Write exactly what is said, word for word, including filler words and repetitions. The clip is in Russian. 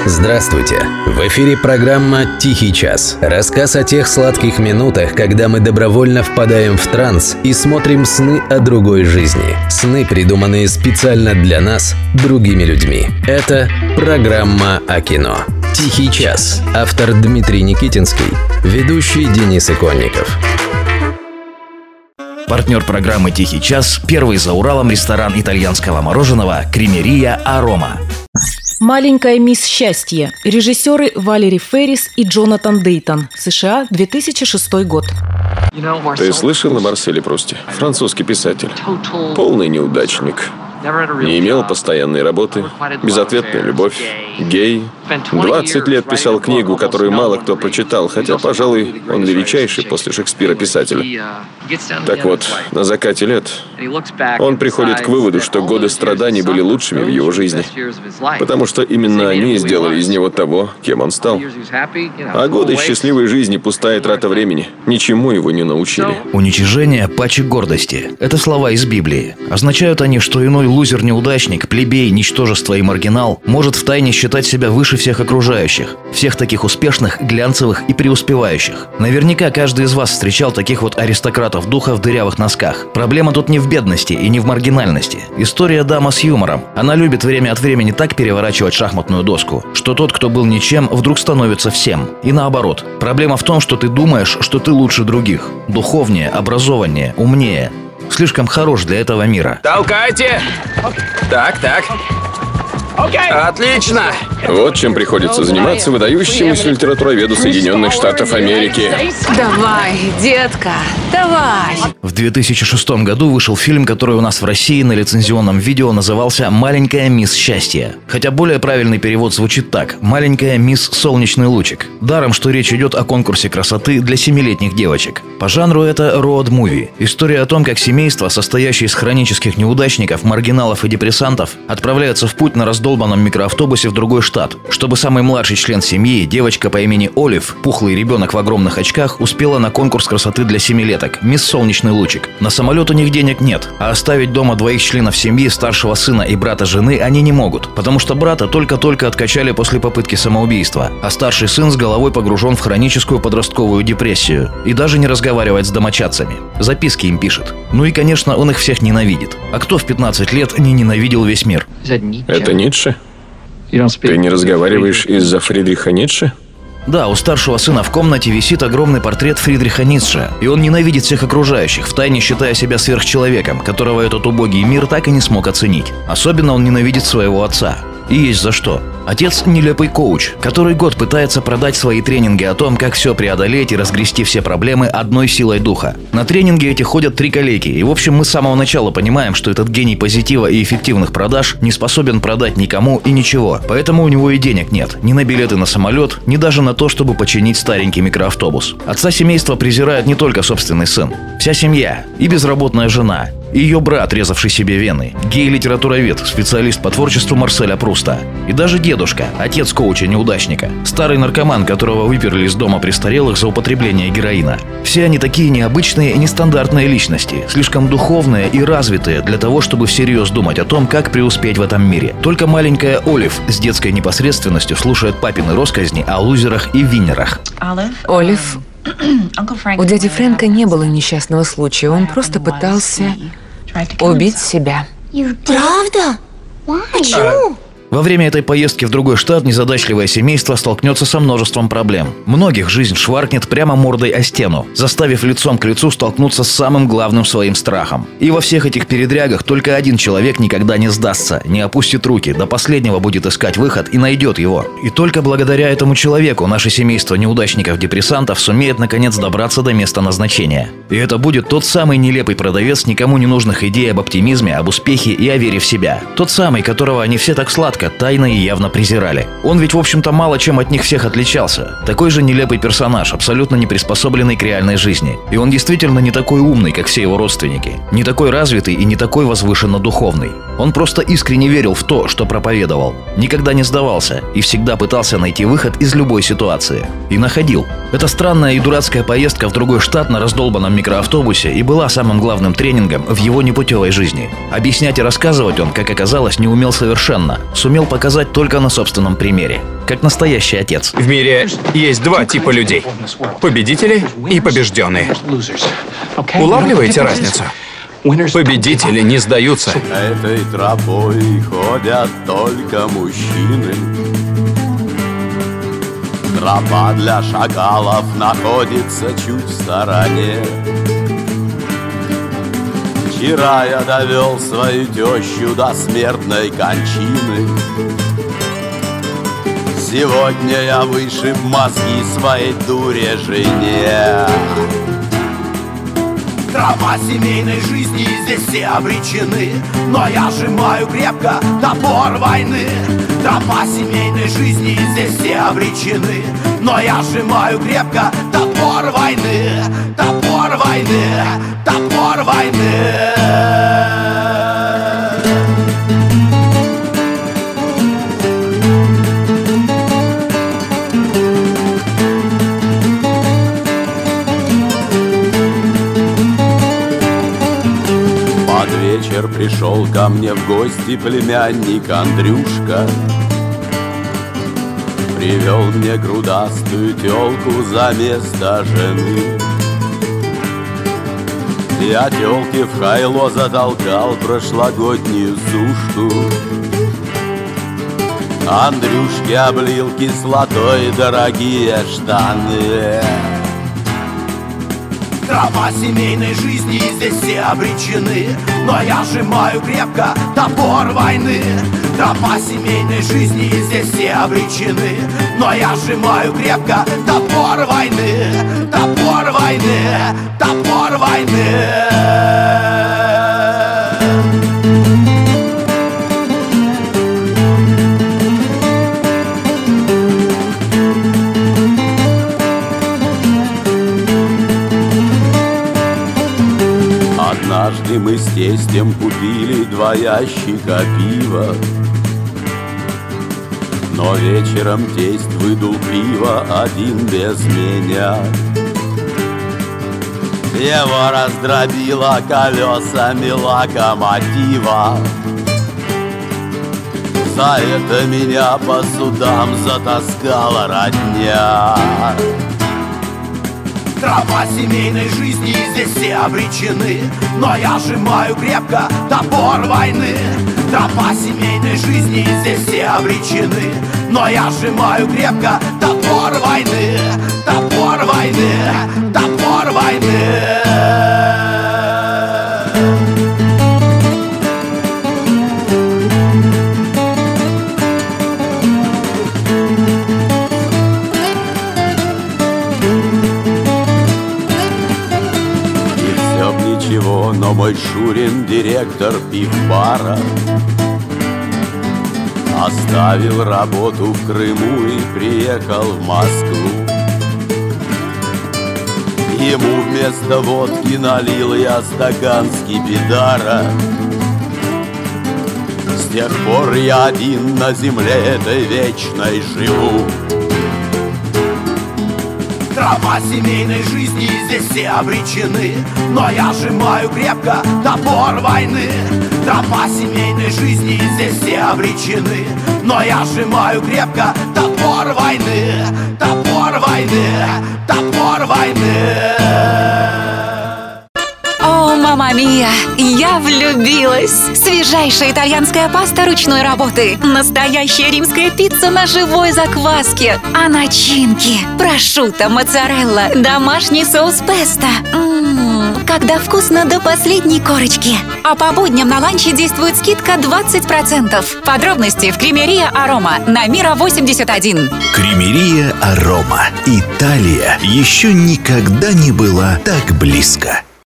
Здравствуйте! В эфире программа «Тихий час». Рассказ о тех сладких минутах, когда мы добровольно впадаем в транс и смотрим сны о другой жизни. Сны, придуманные специально для нас, другими людьми. Это программа о кино. «Тихий час». Автор Дмитрий Никитинский. Ведущий Денис Иконников. Партнер программы «Тихий час» – первый за Уралом ресторан итальянского мороженого «Кремерия Арома». «Маленькая мисс Счастье». Режиссеры Валери Феррис и Джонатан Дейтон. США, две тысячи шестой год. Ты слышал о Марселе Прусте? Французский писатель. Полный неудачник. Не имел постоянной работы, безответная любовь, гей. двадцать лет писал книгу, которую мало кто прочитал, хотя, пожалуй, он величайший после Шекспира писатель. Так вот, на закате лет он приходит к выводу, что годы страданий были лучшими в его жизни, потому что именно они сделали из него того, кем он стал. А годы счастливой жизни — пустая трата времени, ничему его не научили. Уничижение паче гордости – это слова из Библии. Означают они, что иной лузер-неудачник, плебей, ничтожество и маргинал может втайне считать себя выше всех окружающих, всех таких успешных, глянцевых и преуспевающих. Наверняка каждый из вас встречал таких вот аристократов духа в дырявых носках. Проблема тут не в бедности и не в маргинальности. История дама с юмором. Она любит время от времени так переворачивать шахматную доску, что тот, кто был ничем, вдруг становится всем. И наоборот. Проблема в том, что ты думаешь, что ты лучше других. Духовнее, образованнее, умнее. Слишком хорош для этого мира. Толкайте! Так, так. Отлично! Вот чем приходится заниматься выдающемуся литературоведу Соединенных Штатов Америки. Давай, детка, давай! В две тысячи шестом году вышел фильм, который у нас в России на лицензионном видео назывался «Маленькая мисс Счастье». Хотя более правильный перевод звучит так: «Маленькая мисс Солнечный лучик». Даром, что речь идет о конкурсе красоты для семилетних девочек. По жанру это роад-муви. История о том, как семейство, состоящее из хронических неудачников, маргиналов и депрессантов, отправляется в путь на раздолбанном микроавтобусе в другой штат, чтобы самый младший член семьи, девочка по имени Олив, пухлый ребенок в огромных очках, успела на конкурс красоты для семилеток «Мисс Солнечный лучик». На самолет у них денег нет, а оставить дома двоих членов семьи, старшего сына и брата жены, они не могут, потому что брата только-только откачали после попытки самоубийства, а старший сын с головой погружен в хроническую подростковую депрессию и даже не разговаривает с домочадцами. Записки им пишет. Ну и, конечно, он их всех ненавидит. А кто в пятнадцать лет не ненавидел весь мир? Это Ницше? Ты не разговариваешь из-за Фридриха Ницше? Да, у старшего сына в комнате висит огромный портрет Фридриха Ницше, и он ненавидит всех окружающих, втайне считая себя сверхчеловеком, которого этот убогий мир так и не смог оценить. Особенно он ненавидит своего отца. И есть за что. Отец – нелепый коуч, который год пытается продать свои тренинги о том, как все преодолеть и разгрести все проблемы одной силой духа. На тренинги эти ходят три коллеги, и в общем мы с самого начала понимаем, что этот гений позитива и эффективных продаж не способен продать никому и ничего, поэтому у него и денег нет, ни на билеты на самолет, ни даже на то, чтобы починить старенький микроавтобус. Отца семейства презирает не только собственный сын, вся семья и безработная жена, и ее брат, резавший себе вены, гей-литературовед, специалист по творчеству Марселя Пруста, и даже дедушка, отец коуча-неудачника, старый наркоман, которого выперли из дома престарелых за употребление героина. Все они такие необычные и нестандартные личности, слишком духовные и развитые для того, чтобы всерьез думать о том, как преуспеть в этом мире. Только маленькая Олив с детской непосредственностью слушает папины россказни о лузерах и виннерах. Олив, у дяди Фрэнка не было несчастного случая, он просто пытался убить себя. Правда? Почему? Во время этой поездки в другой штат незадачливое семейство столкнется со множеством проблем. Многих жизнь шваркнет прямо мордой о стену, заставив лицом к лицу столкнуться с самым главным своим страхом. И во всех этих передрягах только один человек никогда не сдастся, не опустит руки, до последнего будет искать выход и найдет его. И только благодаря этому человеку наше семейство неудачников-депрессантов сумеет наконец добраться до места назначения. И это будет тот самый нелепый продавец никому не нужных идей об оптимизме, об успехе и о вере в себя. Тот самый, которого они все так сладко, тайно и явно презирали. Он ведь, в общем-то, мало чем от них всех отличался. Такой же нелепый персонаж, абсолютно не приспособленный к реальной жизни. И он действительно не такой умный, как все его родственники. Не такой развитый и не такой возвышенно духовный. Он просто искренне верил в то, что проповедовал. Никогда не сдавался и всегда пытался найти выход из любой ситуации. И находил. Эта странная и дурацкая поездка в другой штат на раздолбанном микроавтобусе и была самым главным тренингом в его непутевой жизни. Объяснять и рассказывать он, как оказалось, не умел совершенно. Сумел показать только на собственном примере. Как настоящий отец. В мире есть два типа людей. Победители и побежденные. Улавливаете разницу? Победители не сдаются. Этой тропой ходят только мужчины. Тропа для шакалов находится чуть в стороне. Вчера я довел свою тещу до смертной кончины. Сегодня я вышиб мозги своей дуре жене. Тропа семейной жизни, здесь все обречены, но я сжимаю крепко топор войны. Тропа семейной жизни, здесь все обречены, но я сжимаю крепко топор войны. Топор войны, топор войны. Вечер пришел ко мне в гости племянник Андрюшка. Привел мне грудастую тёлку за место жены. Я тёлке в хайло затолкал прошлогоднюю сушку. Андрюшке облил кислотой дорогие штаны. Тропа семейной жизни, здесь все обречены, но я сжимаю крепко топор войны. Тропа семейной жизни, здесь все обречены, но я сжимаю крепко топор войны. Топор войны, топор войны. Однажды мы с тестем купили два ящика пива, но вечером тесть выдул пиво один без меня. Его раздробило колесами локомотива. За это меня по судам затаскала родня. Тропа семейной жизни, здесь все обречены, но я сжимаю крепко топор войны. Тропа семейной жизни, здесь все обречены, но я сжимаю крепко топор войны. Топор войны, топор войны. Ничего, но мой Шурин, директор пивбара, оставил работу в Крыму и приехал в Москву. Ему вместо водки налил я стакан скипидара. С тех пор я один на земле этой вечной живу. Тропа семейной жизни, здесь все обречены, но я сжимаю крепко топор войны. Тропа семейной жизни, здесь все обречены, но я сжимаю крепко топор войны. Топор войны, топор войны. О, мамма мия, я влюбилась! Свежайшая итальянская паста ручной работы, настоящая римская пицца на живой закваске, а начинки – прошутто, моцарелла, домашний соус песто. Ммм, когда вкусно до последней корочки. А по будням на ланче действует скидка двадцать процентов. Подробности в Кримерия Арома на Мира восемьдесят один. Кримерия Арома. Италия еще никогда не была так близко.